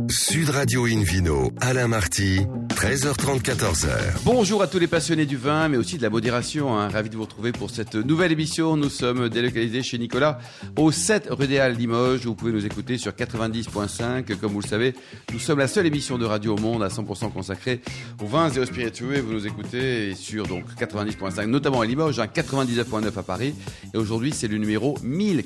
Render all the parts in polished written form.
Sud Radio Invino, Alain Marty, 13h30, 14h. Bonjour à tous les passionnés du vin, mais aussi de la modération. Ravi de vous retrouver pour cette nouvelle émission. Nous sommes délocalisés chez Nicolas, au 7 rue des Halles, Limoges. Vous pouvez nous écouter sur 90.5. Comme vous le savez, nous sommes la seule émission de radio au monde à 100% consacrée aux vins et aux spiritueux. Vous nous écoutez sur donc 90.5, notamment à Limoges, 99.9 à Paris. Et aujourd'hui, c'est le numéro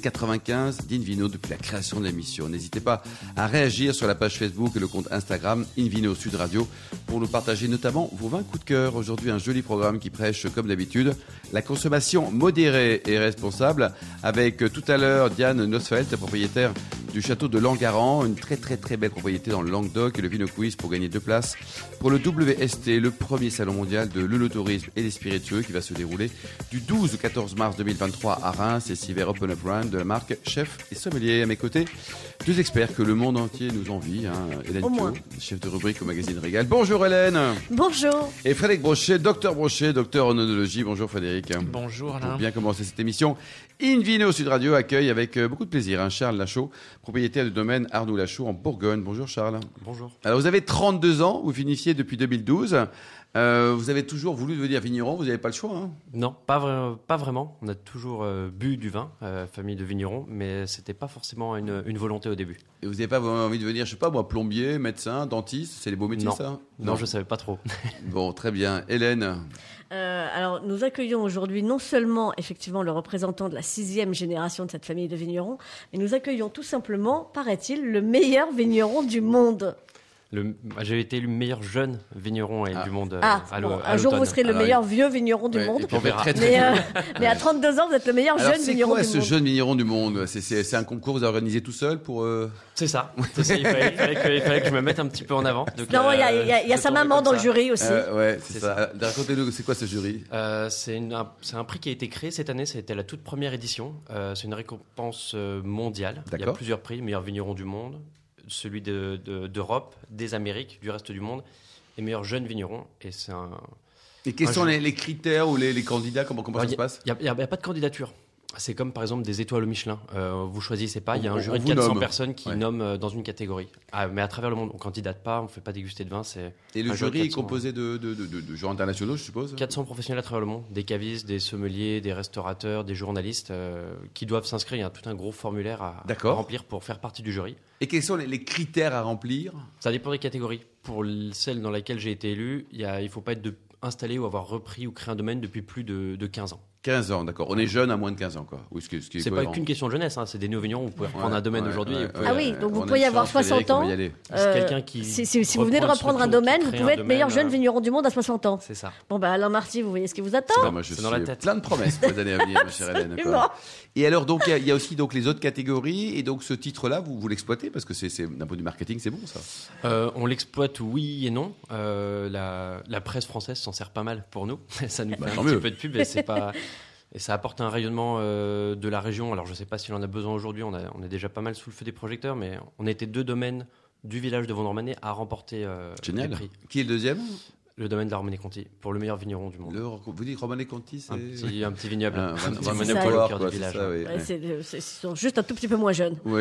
1095 d'Invino depuis la création de l'émission. N'hésitez pas à réagir sur la page Facebook et le compte Instagram Invino Sud Radio pour nous partager notamment vos vins coup de cœur. Aujourd'hui, un joli programme qui prêche, comme d'habitude, la consommation modérée et responsable avec tout à l'heure Diane Nosfeld, propriétaire du château de Langaran, une très belle propriété dans le Languedoc, et le Vino Quiz pour gagner 2 places pour le WST, le premier salon mondial de l'œnotourisme et des spiritueux qui va se dérouler du 12 au 14 mars 2023 à Reims et 6 verres Open Up Brand de la marque Chef et Sommelier. À mes côtés, 2 experts que le monde entier nous envie. Hélène Pio, chef de rubrique au magazine Régal. Bonjour Hélène. Bonjour. Et Frédéric Brochet, docteur en œnologie. Bonjour Frédéric. Bonjour Alain. Pour bien commencer cette émission, Invino Sud Radio accueille avec beaucoup de plaisir Charles Lachaud, propriétaire du domaine Arnoux Lachaud en Bourgogne. Bonjour Charles. Bonjour. Alors vous avez 32 ans, vous finissiez depuis 2012. Vous avez toujours voulu devenir vigneron, vous n'avez pas le choix Non, pas vraiment. On a toujours bu du vin, famille de vignerons, mais c'était pas forcément une volonté au début. Et vous n'avez pas envie de devenir, je sais pas moi, plombier, médecin, dentiste, c'est les beaux métiers ça Non, je savais pas trop. Bon, très bien. Hélène. Alors, nous accueillons aujourd'hui non seulement effectivement le représentant de la 6e génération de cette famille de vignerons, mais nous accueillons tout simplement, paraît-il, le meilleur vigneron du monde. J'ai été élu meilleur jeune vigneron du monde à l'automne. Un jour, vous serez le meilleur vieux vigneron du monde. On verra. Mais à 32 ans, vous êtes le meilleur jeune vigneron du monde. C'est quoi ce jeune vigneron du monde ? C'est un concours que vous avez organisé tout seul pour... C'est ça. Il fallait que je me mette un petit peu en avant. Donc, non, il y a sa maman dans le jury aussi. Ouais, c'est ça. Racontez-nous, c'est quoi ce jury ? C'est un prix qui a été créé cette année. C'était la toute première édition. C'est une récompense mondiale. D'accord. Il y a plusieurs prix. Meilleur vigneron du monde, celui d'Europe, des Amériques, du reste du monde, et meilleur jeune vigneron. Et quels sont les critères ou les candidats ? Comment ça se passe ? Il n'y a pas de candidature. C'est comme par exemple des étoiles au Michelin. Vous choisissez pas, il y a un jury de 400 personnes qui nomment dans une catégorie. Mais à travers le monde, on ne candidate pas, on ne fait pas déguster de vin. Et le jury est composé de gens internationaux, je suppose ? 400 professionnels à travers le monde, des cavistes, des sommeliers, des restaurateurs, des journalistes qui doivent s'inscrire. Il y a tout un gros formulaire à remplir pour faire partie du jury. Et quels sont les critères à remplir ? Ça dépend des catégories. Pour celle dans laquelle j'ai été élu, il ne faut pas être installé ou avoir repris ou créé un domaine depuis plus de 15 ans. 15 ans, d'accord. On est jeune à moins de 15 ans, quoi. Oui, c'est pas qu'une question de jeunesse, c'est des néo-vignerons. Vous pouvez reprendre un domaine aujourd'hui. Donc vous pourriez avoir 60 ans. C'est quelqu'un qui. Si vous venez de reprendre un domaine, vous pouvez être meilleur jeune vigneron du monde à 60 ans. C'est ça. Bon, Alain Marty, vous voyez ce qui vous attend. Moi, je suis dans la tête. Plein de promesses pour les années à venir, ma chère Hélène. Et alors, donc, il y a aussi donc, les autres catégories. Et donc, ce titre-là, vous l'exploitez parce que d'un point de vue marketing, c'est bon, ça. On l'exploite, oui et non. La presse française s'en sert pas mal pour nous. Ça nous fait un petit peu de pub, et ça apporte un rayonnement de la région. Alors, je ne sais pas si on en a besoin aujourd'hui. On est déjà pas mal sous le feu des projecteurs, mais on a été 2 domaines du village de Vosne-Romanée à remporter les prix. Qui est le deuxième ? Le domaine de la Romanée-Conti, pour le meilleur vigneron du monde. Vous dites Romanée-Conti, c'est... Un petit vignoble. Un monopole au cœur du village. Ils sont juste un tout petit peu moins jeunes. Oui.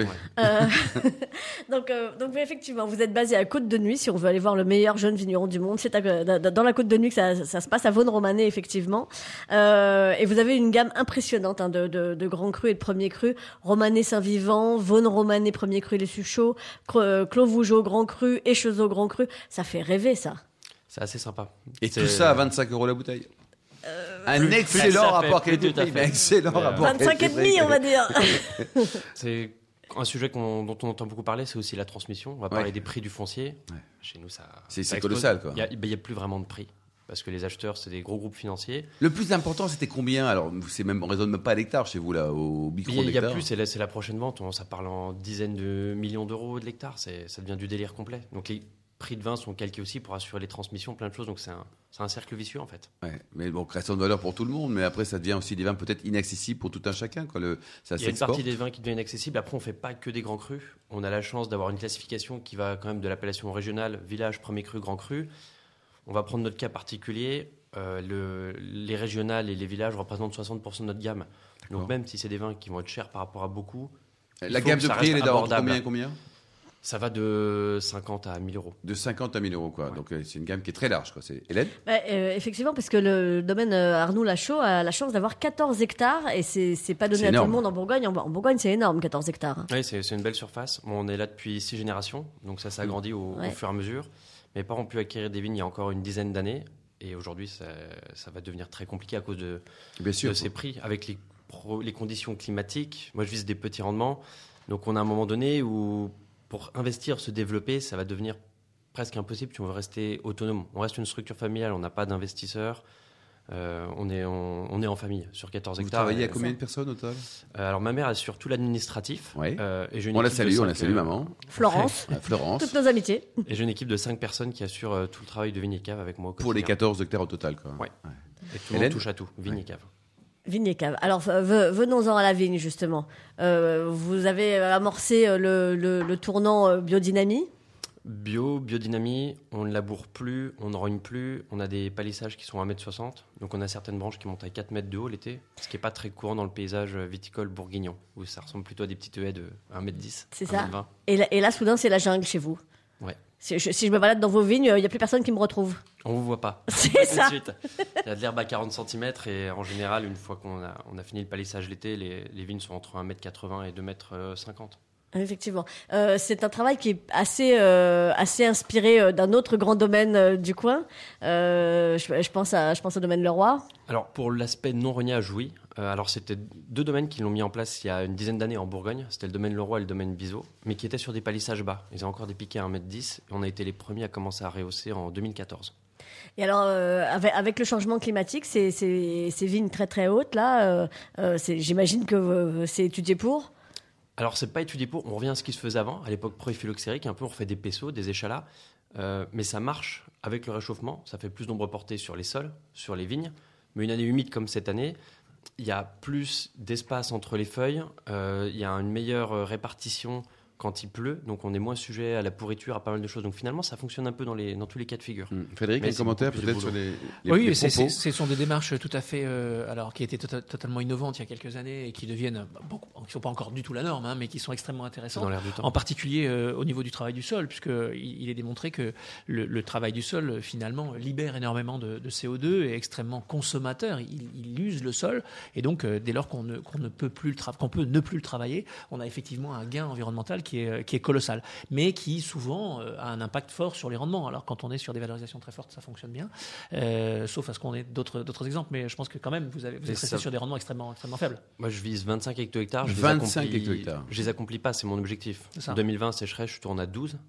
Donc effectivement, vous êtes basé à Côte-de-Nuit, si on veut aller voir le meilleur jeune vigneron du monde. C'est dans la Côte-de-Nuit que ça se passe, à Vosne-Romanée, effectivement. Et vous avez une gamme impressionnante de grands crus et de premiers crus. Romanée Saint-Vivant, Vosne-Romanée premier cru Les Suchauds, Clos Vougeot grand cru, Échezeaux grand cru. Ça fait rêver, ça. C'est assez sympa. Et tout ça à 25 € la bouteille. Un excellent rapport qualité-prix. 25,5 on va dire. C'est un sujet dont on entend beaucoup parler, c'est aussi la transmission. On va parler des prix du foncier. Ouais. Chez nous, c'est colossal, quoi. Il n'y a plus vraiment de prix. Parce que les acheteurs, c'est des gros groupes financiers. Le plus important, c'était combien ? Alors, on ne raisonne même pas à l'hectare chez vous, là, au micro d'hectare. Il y a plus, c'est la prochaine vente. Ça parle en dizaines de millions d'euros de l'hectare. Ça devient du délire complet. Donc, les prix de vin sont calqués aussi pour assurer les transmissions, plein de choses. Donc, c'est un cercle vicieux, en fait. Ouais, mais bon, création de valeur pour tout le monde. Mais après, ça devient aussi des vins peut-être inaccessibles pour tout un chacun, quoi. Il y a une partie des vins qui devient inaccessible. Après, on ne fait pas que des grands crus. On a la chance d'avoir une classification qui va quand même de l'appellation régionale, village, premier cru, grand cru. On va prendre notre cas particulier. Les régionales et les villages représentent 60% de notre gamme. Donc même si c'est des vins qui vont être chers par rapport à beaucoup, la gamme de prix, elle est d'abord combien Ça va de 50 à 1000 euros. De 50 à 1000 euros, quoi. Ouais. Donc, c'est une gamme qui est très large, quoi. C'est Hélène ? Effectivement, parce que le domaine Arnoux Lachaud a la chance d'avoir 14 hectares et c'est pas donné à tout le monde en Bourgogne. En Bourgogne, c'est énorme, 14 hectares. Oui, c'est une belle surface. Bon, on est là depuis 6 générations, donc ça s'agrandit au fur et à mesure. Mes parents ont pu acquérir des vignes il y a encore une dizaine d'années. Et aujourd'hui, ça va devenir très compliqué à cause de ces prix. Avec les conditions climatiques, moi, je vise des petits rendements. Donc, on a un moment donné où... Pour investir, se développer, ça va devenir presque impossible si on veut rester autonome. On reste une structure familiale, on n'a pas d'investisseurs, on est en famille sur 14 hectares. Vous travaillez à combien de personnes au total ? Alors ma mère est sur tout l'administratif. Ouais. Et on la salue maman. Florence. Florence. Toutes nos amitiés. Et j'ai une équipe de 5 personnes qui assurent tout le travail de vigne et cave avec moi au quotidien. Pour les 14 hectares au total, quoi. Ouais. Et tout le monde touche à tout, vigne et cave. Vigne et cave. Alors, venons-en à la vigne, justement. Vous avez amorcé le tournant biodynamie. Biodynamie, on ne laboure plus, on ne rogne plus, on a des palissages qui sont à 1,60 m. Donc on a certaines branches qui montent à 4 mètres de haut l'été, ce qui n'est pas très courant dans le paysage viticole bourguignon, où ça ressemble plutôt à des petites haies de 1,10 m. C'est ça. Et là, soudain, c'est la jungle chez vous. Ouais. Si je me balade dans vos vignes, il n'y a plus personne qui me retrouve. On ne vous voit pas. C'est ça. Il y a de l'herbe à 40 cm et en général, une fois qu'on a fini le palissage l'été, les vignes sont entre 1,80 m et 2,50 m. Effectivement. C'est un travail qui est assez inspiré d'un autre grand domaine du coin. Je pense au domaine Leroy. Alors, pour l'aspect non-rognage, oui. Alors, c'était 2 domaines qui l'ont mis en place il y a une dizaine d'années en Bourgogne. C'était le domaine Leroy et le domaine Bizot, mais qui étaient sur des palissages bas. Ils ont encore des piquets à 1,10 m. Et on a été les premiers à commencer à rehausser en 2014. Et alors, avec le changement climatique, ces vignes très très hautes, là, j'imagine que c'est étudié pour. Alors, c'est pas étudié pour. On revient à ce qui se faisait avant, à l'époque prophylloxérique. Un peu, on refait des pesseaux, des échalas. Mais ça marche avec le réchauffement. Ça fait plus d'ombre portée sur les sols, sur les vignes. Mais une année humide comme cette année, il y a plus d'espace entre les feuilles. Il y a une meilleure répartition quand il pleut. Donc, on est moins sujet à la pourriture, à pas mal de choses. Donc, finalement, ça fonctionne un peu dans tous les cas de figure. Frédéric, un commentaire peut-être sur les oui, propos. ce sont des démarches tout à fait, qui étaient totalement innovantes il y a quelques années et qui deviennent, qui ne sont pas encore du tout la norme, mais qui sont extrêmement intéressantes. Dans l'air du temps. En particulier au niveau du travail du sol, puisqu'il est démontré que le travail du sol, finalement, libère énormément de CO2 et est extrêmement consommateur. Il use le sol. Et donc, dès lors qu'on ne peut ne plus le travailler, on a effectivement un gain environnemental qui est colossal, mais qui souvent a un impact fort sur les rendements. Alors quand on est sur des valorisations très fortes, ça fonctionne bien, sauf à ce qu'on ait d'autres exemples, mais je pense que quand même vous êtes resté sur des rendements extrêmement faibles. Moi je vise 25 hecto-hectares. 25 hecto-hectares. Je les accomplis pas, c'est mon objectif. En 2020 sécheresse, je tourne à 12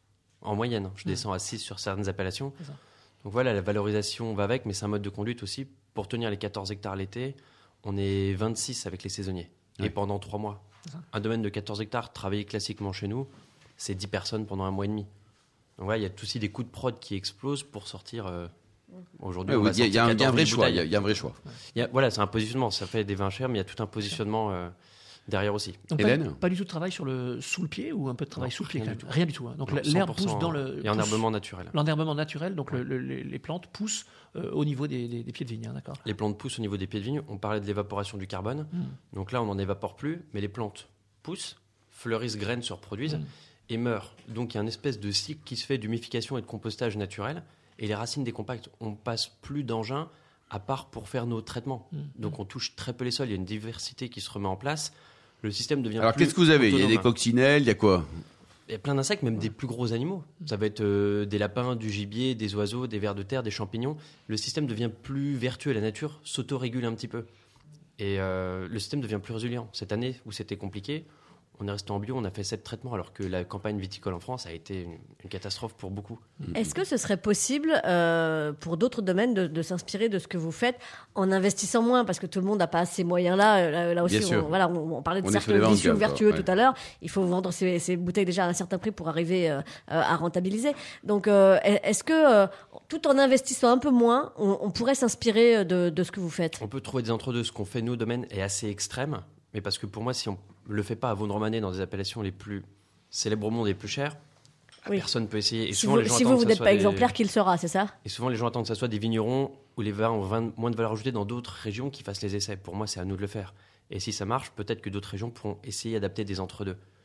en moyenne. Je descends à 6 sur certaines appellations. Donc voilà, la valorisation va avec, mais c'est un mode de conduite aussi. Pour tenir les 14 hectares l'été, on est 26 avec les saisonniers. Et pendant 3 mois. Un domaine de 14 hectares, travaillé classiquement chez nous, c'est 10 personnes pendant 1 mois et demi. Donc voilà, il y a aussi des coûts de prod qui explosent pour sortir. Aujourd'hui, il y a un vrai choix. Il y a un vrai choix. Voilà, c'est un positionnement. Ça fait des vins chers, mais il y a tout un positionnement derrière aussi. Donc pas du tout de travail sous le pied ou un peu de travail sous le pied quand même. Rien du tout. Hein. Donc l'herbe pousse dans le. Il y a un enherbement naturel. L'enherbement naturel, donc les plantes poussent au niveau des pieds de vigne, hein, d'accord. Les plantes poussent au niveau des pieds de vigne. On parlait de l'évaporation du carbone. Donc là, on n'en évapore plus, mais les plantes poussent, fleurissent, graines, se reproduisent et meurent. Donc il y a une espèce de cycle qui se fait d'humification et de compostage naturel. Et les racines des compacts, on passe plus d'engins à part pour faire nos traitements. Donc on touche très peu les sols. Il y a une diversité qui se remet en place. Le système devient Alors plus qu'est-ce que vous avez ? autonome. Il y a des coccinelles, il y a quoi ? Il y a plein d'insectes, même des plus gros animaux. Ça va être des lapins, du gibier, des oiseaux, des vers de terre, des champignons. Le système devient plus vertueux. La nature s'autorégule un petit peu. Et le système devient plus résilient. Cette année où c'était compliqué, on est resté en bio, on a fait 7 traitements, alors que la campagne viticole en France a été une catastrophe pour beaucoup. Est-ce que ce serait possible pour d'autres domaines de s'inspirer de ce que vous faites en investissant moins, parce que tout le monde n'a pas ces moyens-là. Là aussi, on parlait de cercle vicieux vertueux tout à l'heure. Il faut vendre ces bouteilles déjà à un certain prix pour arriver à rentabiliser. Donc, est-ce que tout en investissant un peu moins, on pourrait s'inspirer de ce que vous faites ? On peut trouver des entre-deux. Ce qu'on fait, nous, domaine, est assez extrême. Mais parce que pour moi, si on ne le fait pas à Vaune-Romanée dans des appellations les plus célèbres au monde et les plus chères, personne ne peut essayer. Et si vous n'êtes pas exemplaire, qui le sera, c'est ça ? Et souvent, les gens attendent que ce soit des vignerons où les vins ont moins de valeur ajoutée dans d'autres régions qui fassent les essais. Pour moi, c'est à nous de le faire. Et si ça marche, peut-être que d'autres régions pourront essayer d'adapter des entre-deux.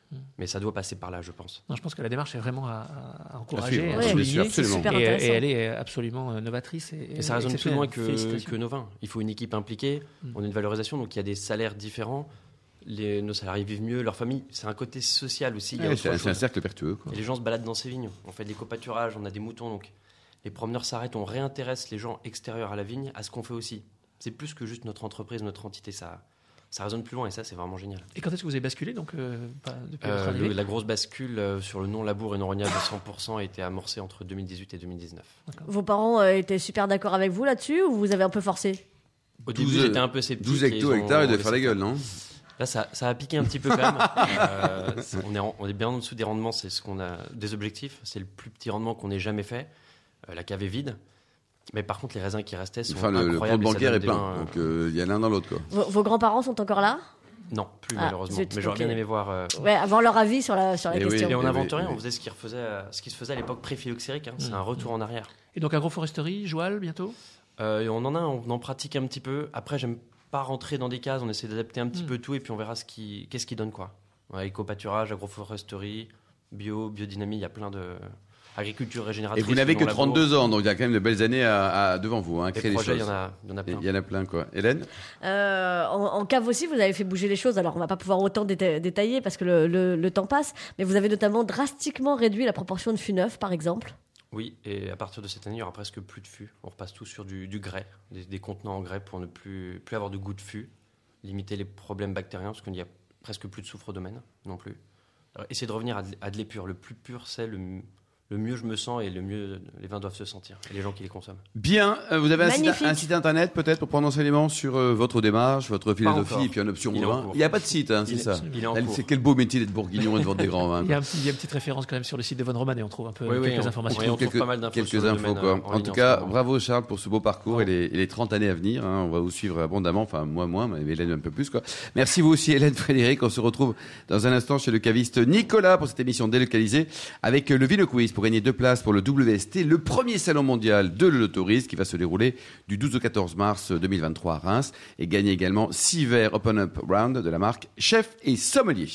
Mais ça doit passer par là, je pense. Non, je pense que la démarche est vraiment à encourager, à ouais, souligner. Absolument. Super Et intéressant. elle est absolument novatrice. Et ça résonne plus loin Félicitations. que nos vins. Il faut une équipe impliquée, on a une valorisation, donc il y a des salaires différents. Nos salariés vivent mieux, leur famille. C'est un côté social aussi. Il y a C'est un cercle vertueux, quoi. Et les gens se baladent dans ces vignes. On fait des copâturages, on a des moutons, donc les promeneurs s'arrêtent, on réintéresse les gens extérieurs à la vigne à ce qu'on fait aussi. C'est plus que juste notre entreprise, notre entité, ça résonne plus loin et ça, c'est vraiment génial. Et quand est-ce que vous avez basculé depuis votre arrivée? La grosse bascule sur le non labour et non rognage à 100% a été amorcée entre 2018 et 2019. Vos parents étaient super d'accord avec vous là-dessus ou vous avez un peu forcé? Au début, j'étais un peu sceptique. 12 hectares, il devait faire la gueule, non? Là, ça a piqué un petit peu quand même. On est bien en dessous des rendements, c'est ce qu'on a des objectifs. C'est le plus petit rendement qu'on ait jamais fait. La cave est vide. Mais par contre, les raisins qui restaient sont incroyables. Le compte bancaire est plein, donc il y a l'un dans l'autre, quoi. Vos grands-parents sont encore là? Non, plus malheureusement. Mais j'aurais bien aimé voir. Avoir leur avis sur la question. Et on n'invente rien, on faisait ce qui se faisait à l'époque pré-phylloxérique. C'est un retour en arrière. Et donc agroforesterie, Joal, bientôt? On en pratique un petit peu. Après, j'aime pas rentrer dans des cases, on essaie d'adapter un petit peu tout et puis on verra qu'est-ce qui donne quoi. Éco-pâturage, agroforesterie, biodynamie, il y a plein de... Agriculture régénératrice. Et vous n'avez que 32 ans, donc il y a quand même de belles années devant vous. Créer les projets, choses. Il y en a plein. Il y en a plein, quoi. Hélène? En cave aussi, vous avez fait bouger les choses. Alors, on va pas pouvoir autant détailler parce que le temps passe, mais vous avez notamment drastiquement réduit la proportion de fûts neufs, par exemple. Oui, et à partir de cette année, il n'y aura presque plus de fûts. On repasse tout sur du grès, des contenants en grès pour ne plus avoir de goût de fût, limiter les problèmes bactériens, parce qu'il n'y a presque plus de soufre au domaine non plus. Alors, essayer de revenir à de l'épur. Le plus pur, c'est le mieux je me sens et le mieux les vins doivent se sentir, et les gens qui les consomment. Bien, vous avez un site internet peut-être pour prendre enseignement sur votre démarche, votre philosophie et puis en option au vin. Il n'y a pas de site, c'est ça. C'est quel beau métier d'être bourguignon et de vendre des grands vins. Il y a une petite référence quand même sur le site de Von Roman et on trouve un peu quelques informations. On trouve pas mal d'infos. Quelques infos, quoi. En tout cas, bravo Charles pour ce beau parcours et les 30 années à venir. On va vous suivre abondamment, enfin moi moins, mais Hélène un peu plus, quoi. Merci vous aussi Hélène, Frédéric. On se retrouve dans un instant chez le caviste Nicolas pour cette émission délocalisée avec le Vino Quiz pour gagner 2 places pour le WST, le premier salon mondial de l'autorisme qui va se dérouler du 12 au 14 mars 2023 à Reims et gagner également 6 verres Open Up Round de la marque Chef et Sommelier.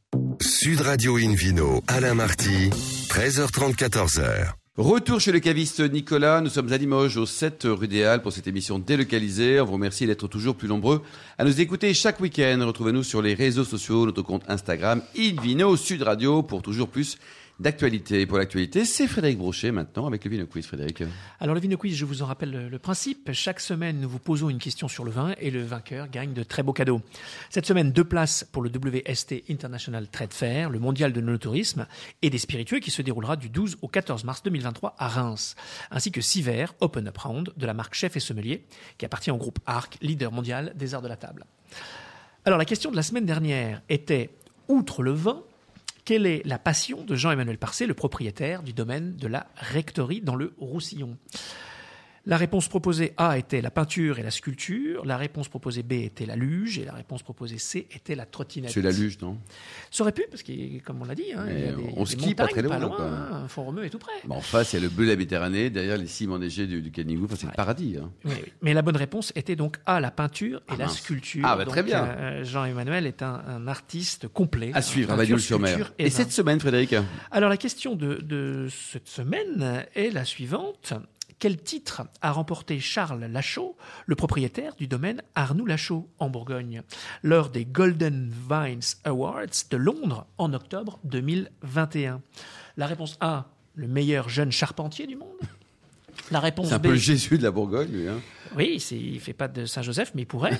Sud Radio Invino, Alain Marty, 13h30, 14h. Retour chez le caviste Nicolas, nous sommes à Limoges au 7 rue des Halles pour cette émission délocalisée. On vous remercie d'être toujours plus nombreux à nous écouter chaque week-end. Retrouvez-nous sur les réseaux sociaux, notre compte Instagram Invino Sud Radio pour toujours plus d'actualité. Pour l'actualité, c'est Frédéric Brochet maintenant avec le Vino Quiz. Frédéric. Alors le Vino Quiz, je vous en rappelle le principe. Chaque semaine, nous vous posons une question sur le vin et le vainqueur gagne de très beaux cadeaux. Cette semaine, 2 places pour le WST International Trade Fair, le mondial de l'autorisme et des spiritueux qui se déroulera du 12 au 14 mars 2023 à Reims, ainsi que 6 verres Open Up Round de la marque Chef et Sommelier qui appartient au groupe Arc, leader mondial des arts de la table. Alors la question de la semaine dernière était, outre le vin, quelle est la passion de Jean-Emmanuel Parcé, le propriétaire du domaine de la Rectory dans le Roussillon? La réponse proposée A était la peinture et la sculpture, la réponse proposée B était la luge et la réponse proposée C était la trottinette. C'est la luge, non? Ça aurait pu, parce que, comme on l'a dit, il y a on skie pas très loin. Font-Romeu est tout près. En face, il y a le bleu de la Méditerranée, derrière les cimes enneigées du Canigou, c'est le paradis. Oui. Mais la bonne réponse était donc A, la peinture et la sculpture. Donc, très bien. Jean-Emmanuel est un artiste complet. À suivre à Bagnols-sur-Mer. Et cette semaine, Frédéric? Alors la question de cette semaine est la suivante. Quel titre a remporté Charles Lachaud, le propriétaire du domaine Arnoux Lachaud en Bourgogne, lors des Golden Vines Awards de Londres en octobre 2021? La réponse A, le meilleur jeune charpentier du monde. La réponse C'est un B, peu le Jésus de la Bourgogne, lui. Oui, il ne fait pas de Saint-Joseph, mais il pourrait.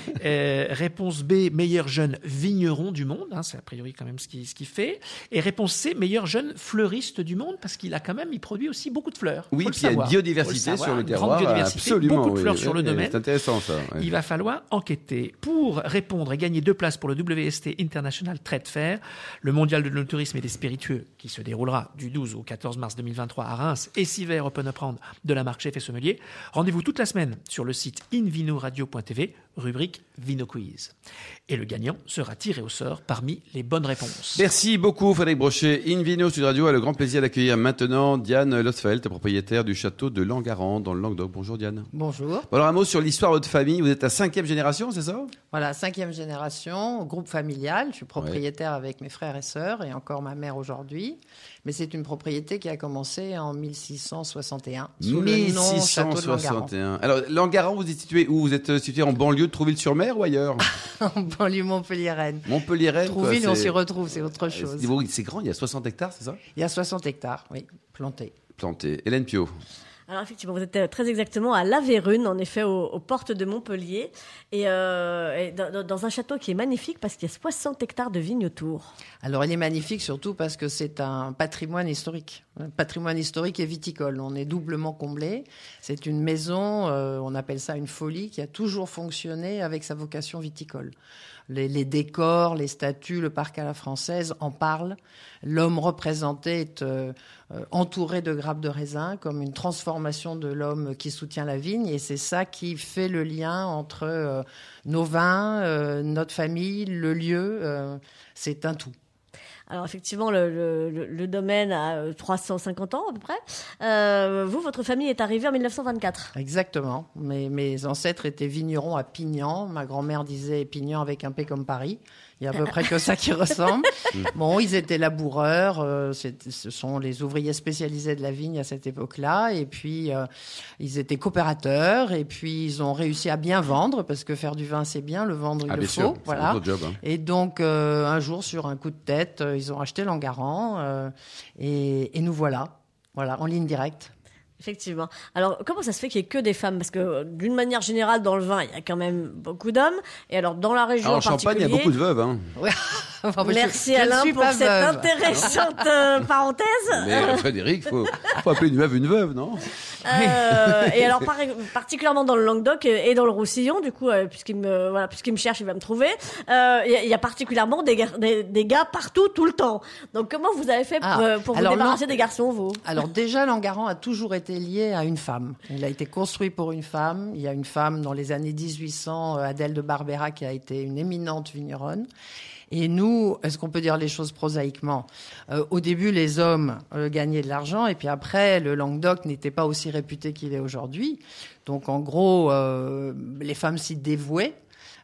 Réponse B, meilleur jeune vigneron du monde. C'est a priori quand même ce qu'il fait. Et réponse C, meilleur jeune fleuriste du monde, parce qu'il produit aussi beaucoup de fleurs. Oui, puis il y a une biodiversité sur le terroir. Absolument. Beaucoup de fleurs sur le domaine. C'est intéressant ça. Oui. Il va falloir enquêter. Pour répondre et gagner 2 places pour le WST International Trade Fair, le mondial de l'autorisme et des spiritueux, qui se déroulera du 12 au 14 mars 2023 à Reims, et 6 verres Open Up Round de la marque Chef et Sommelier. Rendez-vous toute la semaine sur le site invinoradio.tv, rubrique Vino Quiz. Et le gagnant sera tiré au sort parmi les bonnes réponses. Merci beaucoup Frédéric Brochet. Invino Sud Radio a le grand plaisir d'accueillir maintenant Diane Losfeld, propriétaire du château de Langaran dans le Languedoc. Bonjour Diane. Bonjour. Bon, alors un mot sur l'histoire de votre famille. Vous êtes la 5e génération, c'est ça? Voilà, 5e génération, groupe familial. Je suis propriétaire avec mes frères et sœurs et encore ma mère aujourd'hui. Mais c'est une propriété qui a commencé en 1661 sous le nom Château de Langaran. Alors Langaran, vous êtes situé où? Vous êtes situé en banlieue de Trouville-sur-Mer ou ailleurs? En banlieue montpelliéraine. Montpelliéraine. Trouville, on s'y retrouve, c'est autre chose. C'est grand, il y a 60 hectares, c'est ça? Il y a 60 hectares, oui, plantés. Hélène Pio. Alors effectivement, vous êtes très exactement à La Vérune, en effet, aux portes de Montpellier, et dans un château qui est magnifique parce qu'il y a 60 hectares de vignes autour. Alors il est magnifique surtout parce que c'est un patrimoine historique et viticole. On est doublement comblé. C'est une maison, on appelle ça une folie, qui a toujours fonctionné avec sa vocation viticole. Les décors, les statues, le parc à la française en parlent. L'homme représenté est entouré de grappes de raisin, comme une transformation de l'homme qui soutient la vigne. Et c'est ça qui fait le lien entre nos vins, notre famille, le lieu. C'est un tout. Alors effectivement, le domaine a 350 ans à peu près. Vous, votre famille est arrivée en 1924. Exactement. Mes ancêtres étaient vignerons à Pignan. Ma grand-mère disait Pignan avec un P comme Paris. Il y a à peu près que ça qui ressemble. Bon, ils étaient laboureurs. Ce sont les ouvriers spécialisés de la vigne à cette époque-là. Et puis, ils étaient coopérateurs. Et puis, ils ont réussi à bien vendre, parce que faire du vin, c'est bien. Le vendre, il le faut. Voilà. C'est un gros job, hein. Et donc, un jour, sur un coup de tête, ils ont acheté Langaran. Et nous voilà. Voilà, en ligne directe. Effectivement. Alors, comment ça se fait qu'il n'y ait que des femmes? Parce que, d'une manière générale, dans le vin, il y a quand même beaucoup d'hommes. Et alors, dans la région en Champagne, il y a beaucoup de veuves. Hein. Ouais. Enfin, merci Alain pour cette intéressante parenthèse. Mais Frédéric, faut appeler une veuve, non? Et alors, particulièrement dans le Languedoc et dans le Roussillon, du coup, puisqu'il me cherche, il va me trouver. Il y a particulièrement des gars partout, tout le temps. Donc, comment vous avez fait pour vous débarrasser des garçons, vous? Alors, déjà, Langaran a toujours été lié à une femme. Il a été construit pour une femme. Il y a une femme dans les années 1800, Adèle de Barbera, qui a été une éminente vigneronne. Et nous, est-ce qu'on peut dire les choses prosaïquement? Au début, les hommes gagnaient de l'argent, et puis après, le Languedoc n'était pas aussi réputé qu'il est aujourd'hui. Donc, en gros, les femmes s'y dévouaient.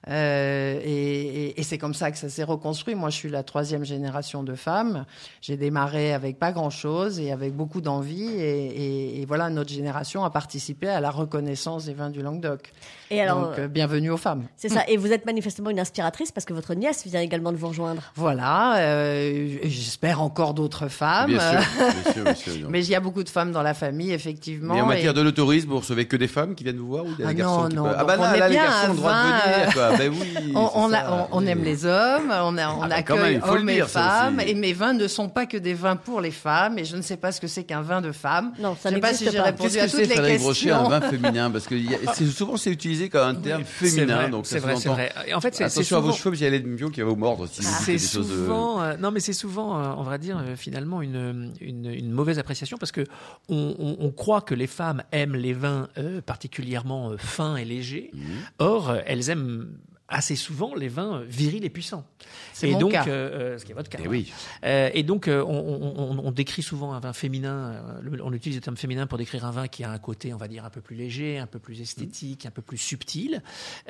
Et c'est comme ça que ça s'est reconstruit. Moi, je suis la 3e génération de femmes. J'ai démarré avec pas grand-chose et avec beaucoup d'envie. Et voilà, notre génération a participé à la reconnaissance des vins du Languedoc. Et alors, donc, bienvenue aux femmes. C'est ça. Et vous êtes manifestement une inspiratrice parce que votre nièce vient également de vous rejoindre. Voilà. J'espère encore d'autres femmes. Bien sûr. Mais il y a beaucoup de femmes dans la famille, effectivement. Mais en matière de tourisme, vous recevez que des femmes qui viennent vous voir ou des garçons? Non. Ah bah là, les garçons ont le droit de venir, quoi. Ben oui, on aime les hommes, on accueille hommes et femmes, et mes vins ne sont pas que des vins pour les femmes, et je ne sais pas ce que c'est qu'un vin de femme. Non, ça je ne sais pas si j'ai répondu à toutes les questions. Qu'est-ce que c'est, Frédéric Brochet, un vin féminin? Parce que souvent c'est utilisé comme un terme féminin. C'est vrai. Et en fait, attention à vos cheveux, parce qu'il y a Hélène Pio qui va vous mordre. C'est souvent, non, mais c'est souvent, on va dire, finalement, une mauvaise appréciation, parce que on croit que les femmes aiment les vins particulièrement fins et légers. Or, elles aiment assez souvent les vins virils et puissants. C'est mon cas. Ce qui est votre cas. Et oui. Et donc, on décrit souvent un vin féminin, on utilise le terme féminin pour décrire un vin qui a un côté, on va dire, un peu plus léger, un peu plus esthétique, un peu plus subtil.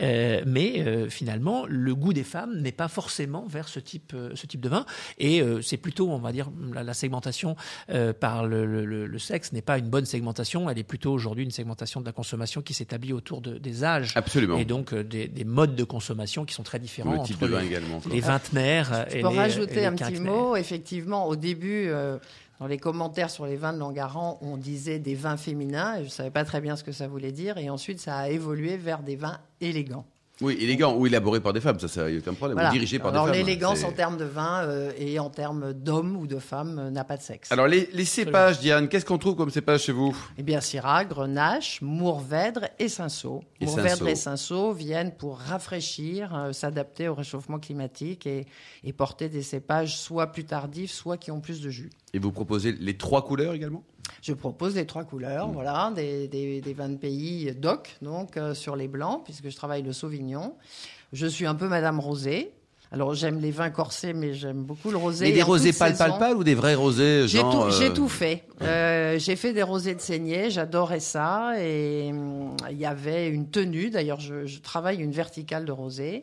Mais finalement, le goût des femmes n'est pas forcément vers ce type de vin. Et c'est plutôt, on va dire, la segmentation par le sexe n'est pas une bonne segmentation. Elle est plutôt aujourd'hui une segmentation de la consommation qui s'établit autour des âges. Absolument. Et donc des modes de consommation qui sont très différents le type entre de vin également, les vingtenaires et les pour rajouter un petit quinquagenaires. mot, effectivement, au début, dans les commentaires sur les vins de Langaran, on disait des vins féminins, et je ne savais pas très bien ce que ça voulait dire, et ensuite ça a évolué vers des vins élégants. Oui, élégant ou élaboré par des femmes, ça, il n'y a aucun problème. Voilà. Ou dirigé par Alors, des femmes. l'élégance en termes de vin et en termes d'hommes ou de femmes n'a pas de sexe. Alors, les cépages, Diane, qu'est-ce qu'on trouve comme cépages chez vous? Eh bien, Syrah, Grenache, Mourvèdre et Cinsault. Mourvèdre et Cinsault viennent pour rafraîchir, s'adapter au réchauffement climatique et porter des cépages soit plus tardifs, soit qui ont plus de jus. Et vous proposez les 3 couleurs également? Je propose les 3 couleurs, voilà, des vins de pays DOC, donc sur les blancs, puisque je travaille le Sauvignon. Je suis un peu Madame Rosé. Alors, j'aime les vins corsés, mais j'aime beaucoup le rosé. Mais des rosés pâles ou des vrais rosés genre... J'ai tout fait. J'ai fait des rosés de saignée, j'adorais ça. Et il y avait une tenue, d'ailleurs, je travaille une verticale de rosé.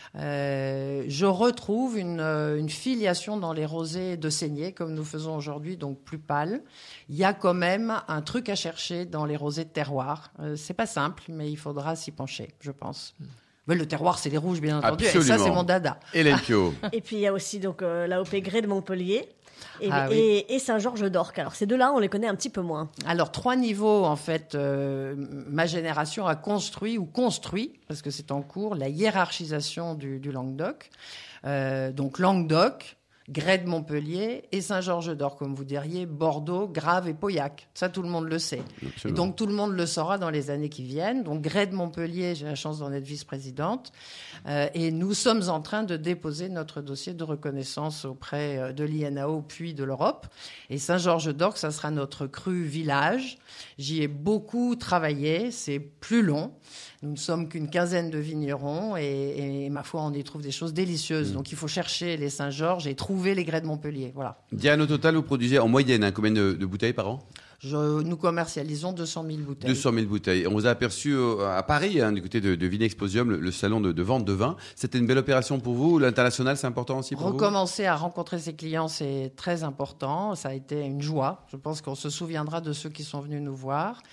Je retrouve une filiation dans les rosés de saignée, comme nous faisons aujourd'hui, donc plus pâles. Il y a quand même un truc à chercher dans les rosés de terroir. C'est pas simple, mais il faudra s'y pencher, je pense. Mais le terroir, c'est les rouges, bien entendu. Absolument. Et ça, c'est mon dada. Hélène Pio. Et puis, il y a aussi donc, l'AOP Grès de Montpellier et Saint-Georges d'Orc. Alors, ces deux-là, on les connaît un petit peu moins. Alors, 3 niveaux, en fait. Ma génération a construit, parce que c'est en cours, la hiérarchisation du Languedoc. Donc, Languedoc, Grès de Montpellier et Saint-Georges d'Orc, comme vous diriez, Bordeaux, Grave et Pauillac. Ça, tout le monde le sait. Absolument. Et donc, tout le monde le saura dans les années qui viennent. Donc, Grès de Montpellier, j'ai la chance d'en être vice-présidente. Et nous sommes en train de déposer notre dossier de reconnaissance auprès de l'INAO puis de l'Europe. Et Saint-Georges d'Orc, ça sera notre cru village. J'y ai beaucoup travaillé. C'est plus long. Nous ne sommes qu'une quinzaine de vignerons et ma foi, on y trouve des choses délicieuses. Donc, il faut chercher les Saint-Georges et trouver les Grès de Montpellier. Voilà. Diane, au total, vous produisez en moyenne combien de bouteilles par an ? Nous commercialisons 200 000 bouteilles. 200 000 bouteilles. On vous a aperçu à Paris, du côté de Vinexposium, le salon de vente de vin. C'était une belle opération pour vous. L'international, c'est important aussi pour vous ? Recommencer à rencontrer ses clients, c'est très important. Ça a été une joie. Je pense qu'on se souviendra de ceux qui sont venus nous voir.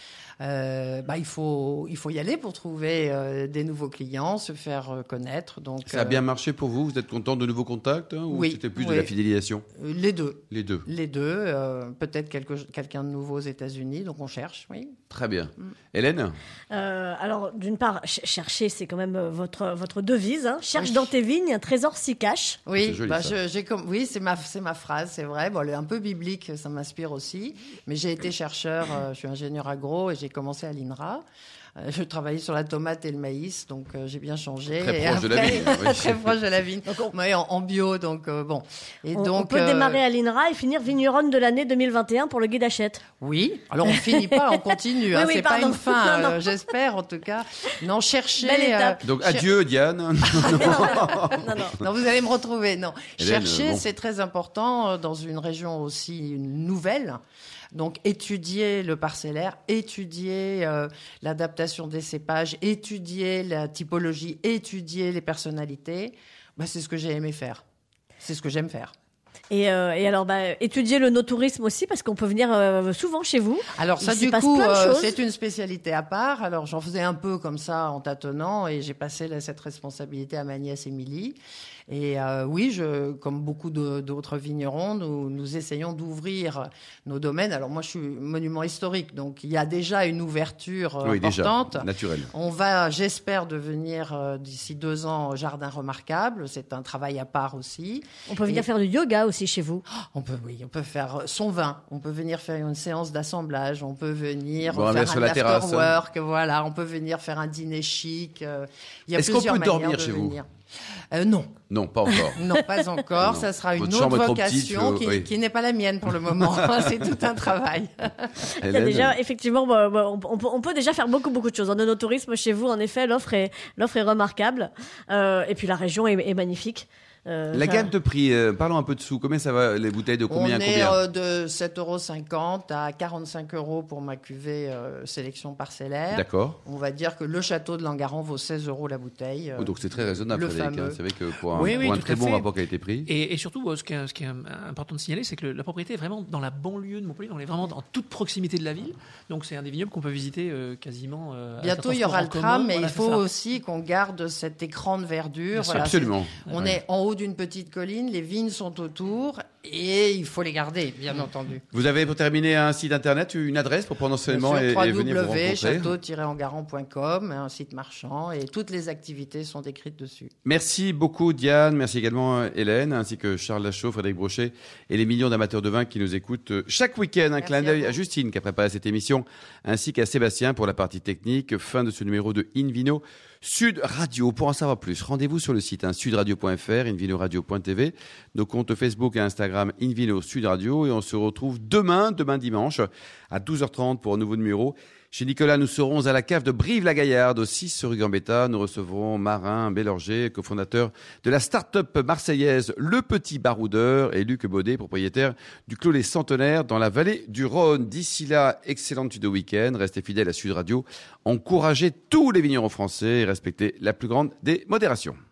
Il faut y aller pour trouver des nouveaux clients, se faire connaître. Donc, ça a bien marché pour vous ? Vous êtes content de nouveaux contacts ou c'était plus de la fidélisation ? Les deux. Les deux. Peut-être quelqu'un de nouveau aux États-Unis, donc on cherche, oui. Très bien. Hélène ? Alors, d'une part, chercher, c'est quand même votre devise. Hein. Cherche dans tes vignes, un trésor s'y cache. Oui, c'est joli, c'est ma phrase, c'est vrai. Bon, elle est un peu biblique, ça m'inspire aussi. Mais j'ai été chercheur, je suis ingénieur agro et j'ai commencé à l'INRA. Je travaillais sur la tomate et le maïs, donc j'ai bien changé. Très proche de la vigne. Oui. Très proche de la vigne. En bio, donc bon. Et on peut démarrer à l'INRA et finir vigneronne de l'année 2021 pour le guide Hachette. Oui. Alors on finit pas, on continue. Oui, c'est pas une fin, j'espère en tout cas. Non, chercher. Belle étape. Donc adieu Diane. Non, vous allez me retrouver. Non, Hélène, chercher, c'est très important dans une région aussi nouvelle. Donc, étudier le parcellaire, étudier l'adaptation des cépages, étudier la typologie, étudier les personnalités, c'est ce que j'ai aimé faire. C'est ce que j'aime faire. Et alors, étudier le no-tourisme aussi, parce qu'on peut venir souvent chez vous. Alors ça, du coup, c'est une spécialité à part. Alors, j'en faisais un peu comme ça, en tâtonnant, et j'ai passé cette responsabilité à ma nièce Émilie. Et oui, comme beaucoup d'autres vignerons, nous essayons d'ouvrir nos domaines. Alors moi, je suis monument historique, donc il y a déjà une ouverture importante. Déjà, naturelle. On va, j'espère, devenir d'ici 2 ans jardin remarquable. C'est un travail à part aussi. On peut venir faire du yoga aussi chez vous. On peut faire son vin. On peut venir faire une séance d'assemblage. On peut venir faire un after-work. Voilà, on peut venir faire un dîner chic. Il y a Est-ce qu'on peut dormir chez vous ? Non. Non, pas encore. Non, pas encore. Ça sera une autre vocation qui n'est pas la mienne pour le moment. C'est tout un travail. Il y a déjà, effectivement, on peut déjà faire beaucoup de choses. En œnotourisme, chez vous, en effet, l'offre est remarquable. Et puis la région est magnifique. La gamme de prix, parlons un peu de sous. Combien ça va, les bouteilles de combien On est de 7,50 € à 45 € pour ma cuvée sélection parcellaire. D'accord. On va dire que le château de Langaron vaut 16 € la bouteille. Donc c'est très raisonnable, Frédéric. C'est vrai que pour un très bon rapport qualité-prix. Et surtout, ce qui est important de signaler, c'est que la propriété est vraiment dans la banlieue de Montpellier. On est vraiment en toute proximité de la ville. Donc c'est un des vignobles qu'on peut visiter quasiment. Bientôt, il y aura le tram, mais il faut aussi qu'on garde cet écran de verdure. Voilà, absolument. On est en haut d'une petite colline, les vignes sont autour et il faut les garder, bien entendu. Vous avez pour terminer un site internet, une adresse pour prendre enseignement et venir vous rencontrer. www.château-engaran.com, un site marchand et toutes les activités sont décrites dessus. Merci beaucoup Diane, merci également Hélène, ainsi que Charles Lachaud, Frédéric Brochet et les millions d'amateurs de vin qui nous écoutent chaque week-end. Un clin d'œil à Justine qui a préparé cette émission, ainsi qu'à Sébastien pour la partie technique. Fin de ce numéro de Invino Sud Radio. Pour en savoir plus, rendez-vous sur le site sudradio.fr, invinoradio.tv, nos comptes Facebook et Instagram Instagram Invino Sud Radio. Et on se retrouve demain dimanche, à 12h30 pour un nouveau numéro. Chez Nicolas, nous serons à la cave de Brive-la-Gaillarde, au 6 rue Gambetta. Nous recevrons Marin Bélorger, cofondateur de la start-up marseillaise Le Petit Baroudeur, et Luc Baudet, propriétaire du Clos Les Centenaires dans la vallée du Rhône. D'ici là, excellente suite de week-end. Restez fidèles à Sud Radio. Encouragez tous les vignerons français et respectez la plus grande des modérations.